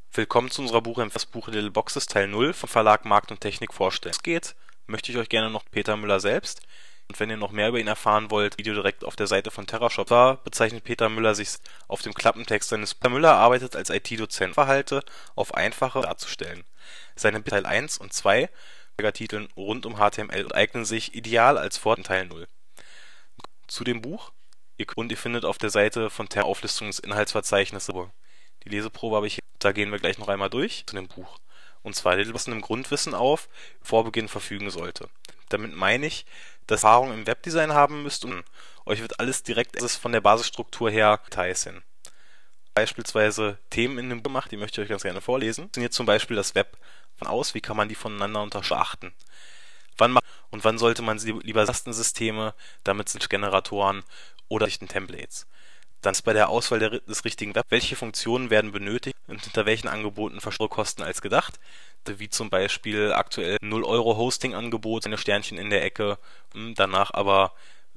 Willkommen zu unserer Buchempfehlung, das Buch Little Boxes Teil 0 vom Verlag Markt und Technik vorstellen. Es geht, möchte ich euch gerne noch Peter Müller selbst. Und wenn ihr noch mehr über ihn erfahren wollt, Video direkt auf der Seite von TerraShop. Da bezeichnet Peter Müller sich auf dem Klappentext seines Peter Müller arbeitet als IT-Dozent, Verhalte auf einfache darzustellen. Seine Teil 1 und 2 Titeln rund um HTML und eignen sich ideal als Vorteil Teil 0. Zu dem Buch und ihr findet auf der Seite von Terra Auflistung des Inhaltsverzeichnisses. Die Leseprobe habe ich hier. Da gehen wir gleich noch einmal durch zu dem Buch. Und zwar lässt einem Grundwissen auf, vor Beginn verfügen sollte. Damit meine ich, dass ihr Erfahrung im Webdesign haben müsst und euch wird alles direkt von der Basisstruktur her Details hin. Beispielsweise Themen in dem Buch gemacht, die möchte ich euch ganz gerne vorlesen. Funktioniert zum Beispiel das Web von aus, wie kann man die voneinander unterscheiden? Wann sollte man sie lieber Tastensysteme, damit sind Generatoren oder Templates. Dann ist bei der Auswahl des richtigen Web, welche Funktionen werden benötigt und hinter welchen Angeboten verschiedene Kosten als gedacht, wie zum Beispiel aktuell 0 € Hosting-Angebot, eine Sternchen in der Ecke, danach aber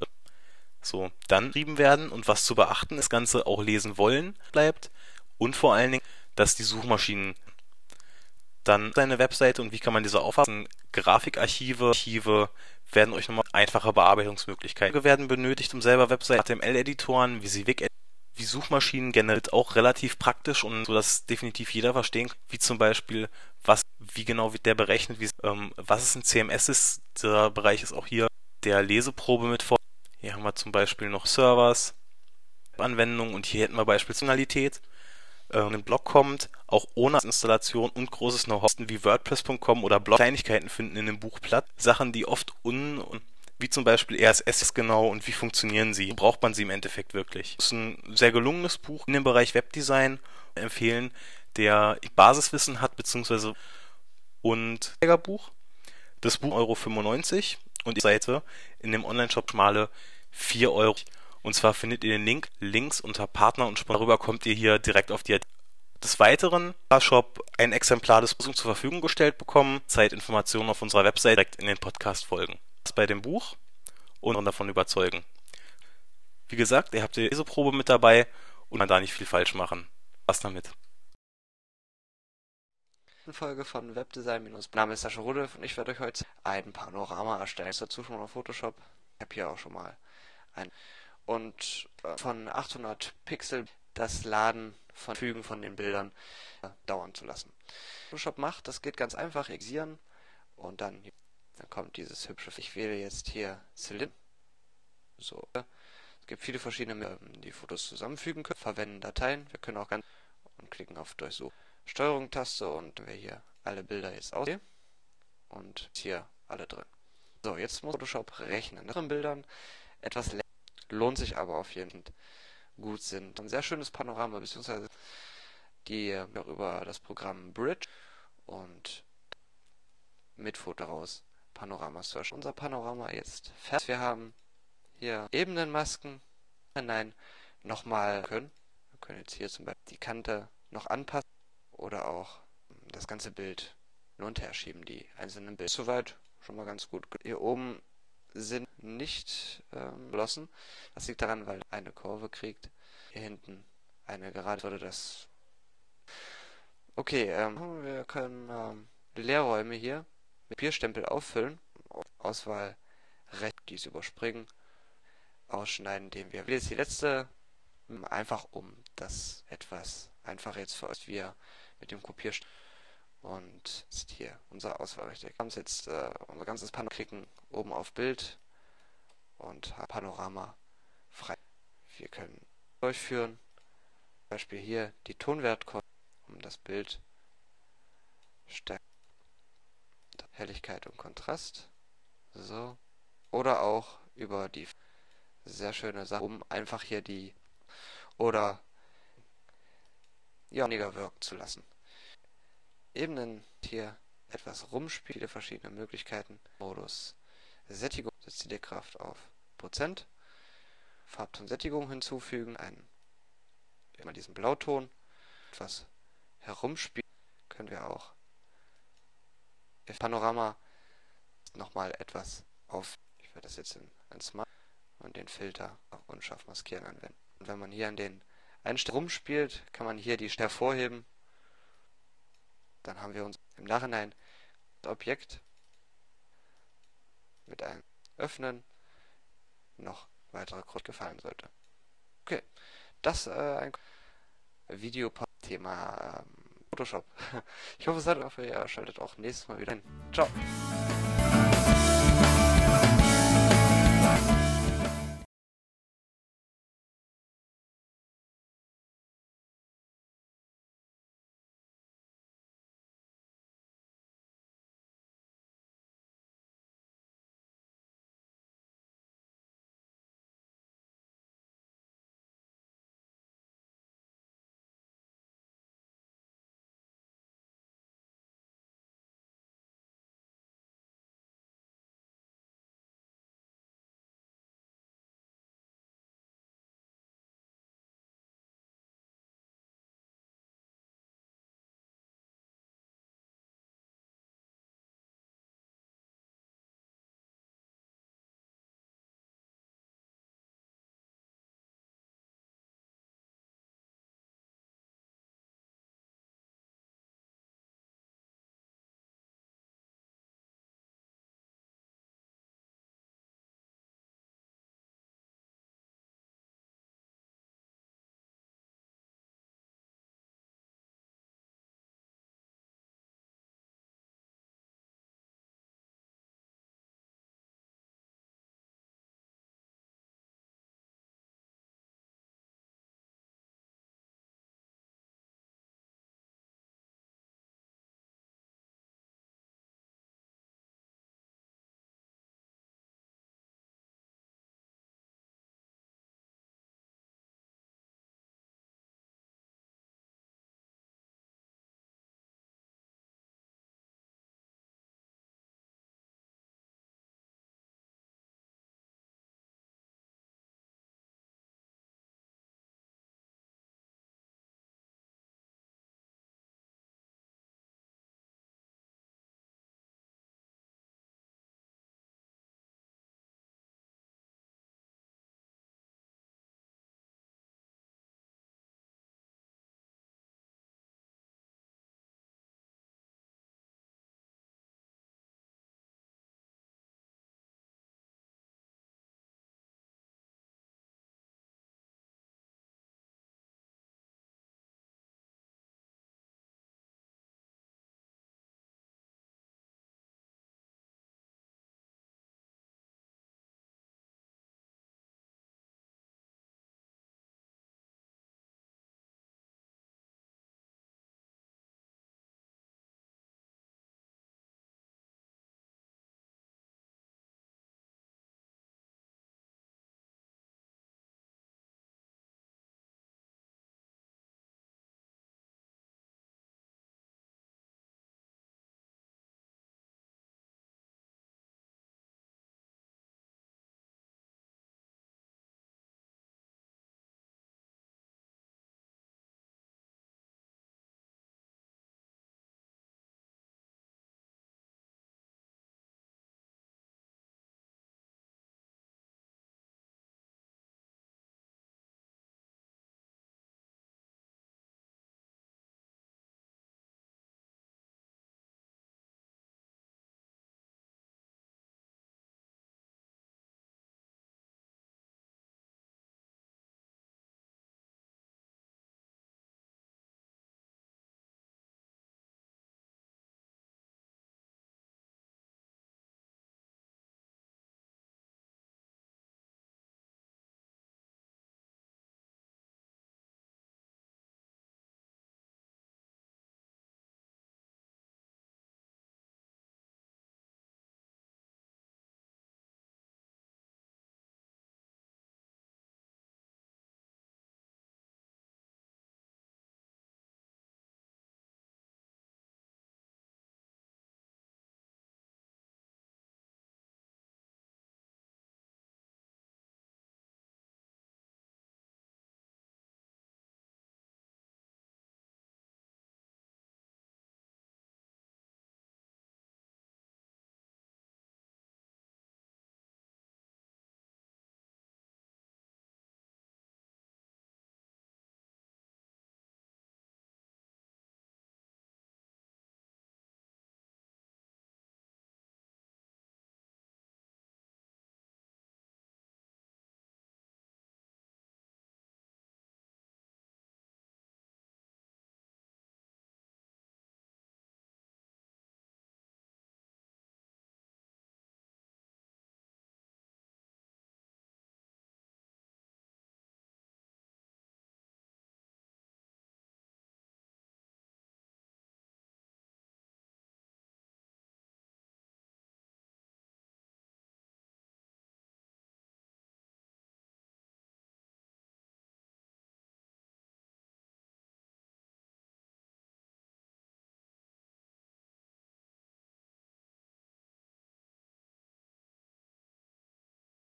dann geschrieben werden und was zu beachten ist, das Ganze auch lesen wollen bleibt und vor allen Dingen, dass die Suchmaschinen dann seine Webseite und wie kann man diese auffassen, Grafikarchive werden euch nochmal einfache Bearbeitungsmöglichkeiten werden benötigt, um selber Webseiten, HTML-Editoren, wie Suchmaschinen generell auch relativ praktisch und so, dass definitiv jeder verstehen kann, wie zum Beispiel, wie genau wird der berechnet, was es ein CMS ist. Der Bereich ist auch hier der Leseprobe mit vor. Hier haben wir zum Beispiel noch Servers, Anwendungen und hier hätten wir beispielsweise Funktionalität. Ein Blog kommt, auch ohne Installation und großes Know-how wie WordPress.com oder Blog Kleinigkeiten finden in dem Buch Platt. Sachen, die oft wie zum Beispiel RSS genau und wie funktionieren sie, braucht man sie im Endeffekt wirklich. Das ist ein sehr gelungenes Buch in dem Bereich Webdesign, empfehlen, der Basiswissen hat, beziehungsweise und Buch. Das Buch 1,95 € und die Seite in dem Online-Shop schmale 4 €. Und zwar findet ihr den Link links unter Partner und Sponsor. Darüber kommt ihr hier direkt auf die. Des Weiteren Shop ein Exemplar des Buchs zur Verfügung gestellt bekommen. Zeitinformationen auf unserer Website direkt in den Podcast folgen. Das bei dem Buch und davon überzeugen. Wie gesagt, ihr habt die Leseprobe mit dabei und man da nicht viel falsch machen. Was damit? Folge von Webdesign Mein Name ist Sascha Rudolph und ich werde euch heute ein Panorama erstellen. Dazu schon mal Photoshop. Ich habe hier auch schon mal ein und von 800 Pixel das Laden von Fügen von den Bildern dauern zu lassen. Photoshop macht, das geht ganz einfach, exieren und dann kommt dieses hübsche. Ich wähle jetzt hier Zylinder. So. Es gibt viele verschiedene die Fotos zusammenfügen können, verwenden Dateien. Wir können auch ganz und klicken auf Durchsuchen. Steuerung-Taste und wir hier alle Bilder jetzt auswählen und hier alle drin. So, jetzt muss Photoshop rechnen. Nach den Bildern etwas lohnt sich aber auf jeden Fall gut sind. Ein sehr schönes Panorama, beziehungsweise die auch über das Programm Bridge und mit Foto raus Panorama Search. Unser Panorama jetzt fertig. Wir haben hier Ebenenmasken. Nein, nochmal können. Wir können jetzt hier zum Beispiel die Kante noch anpassen oder auch das ganze Bild hin und her schieben, die einzelnen Bilder. Soweit schon mal ganz gut. Hier oben sind nicht geschlossen. Das liegt daran, weil eine Kurve kriegt. Hier hinten eine gerade würde das. Okay, wir können Leerräume hier mit Papierstempel auffüllen. Auswahl rechts, dies überspringen, ausschneiden, indem wir jetzt die letzte einfach das etwas einfach jetzt für euch wir mit dem Kopierstempel. Und ist hier unser Auswahlrecht. Wir haben jetzt unser ganzes Panorama klicken oben auf Bild und Panorama frei. Wir können durchführen. Zum Beispiel hier die Tonwertkosten, um das Bild stärken. Helligkeit und Kontrast. So. Oder auch über die sehr schöne Sache, um einfach hier die oder ja, weniger wirken zu lassen. Ebenen hier etwas rumspielen, viele verschiedene Möglichkeiten. Modus Sättigung setzt die Deckkraft auf Prozent. Farbton Sättigung hinzufügen, immer diesen Blauton. Etwas herumspielen können wir auch. Panorama nochmal etwas auf. Ich werde das jetzt in Smart und den Filter auch unscharf maskieren anwenden. Und wenn man hier an den Einstellungen rumspielt, kann man hier die hervorheben Dann haben wir uns im Nachhinein das Objekt mit einem Öffnen noch weitere Code gefallen sollte. Okay, das ein Video-Thema Photoshop. Ich hoffe, es hat euch, ihr schaltet auch nächstes Mal wieder ein. Ciao!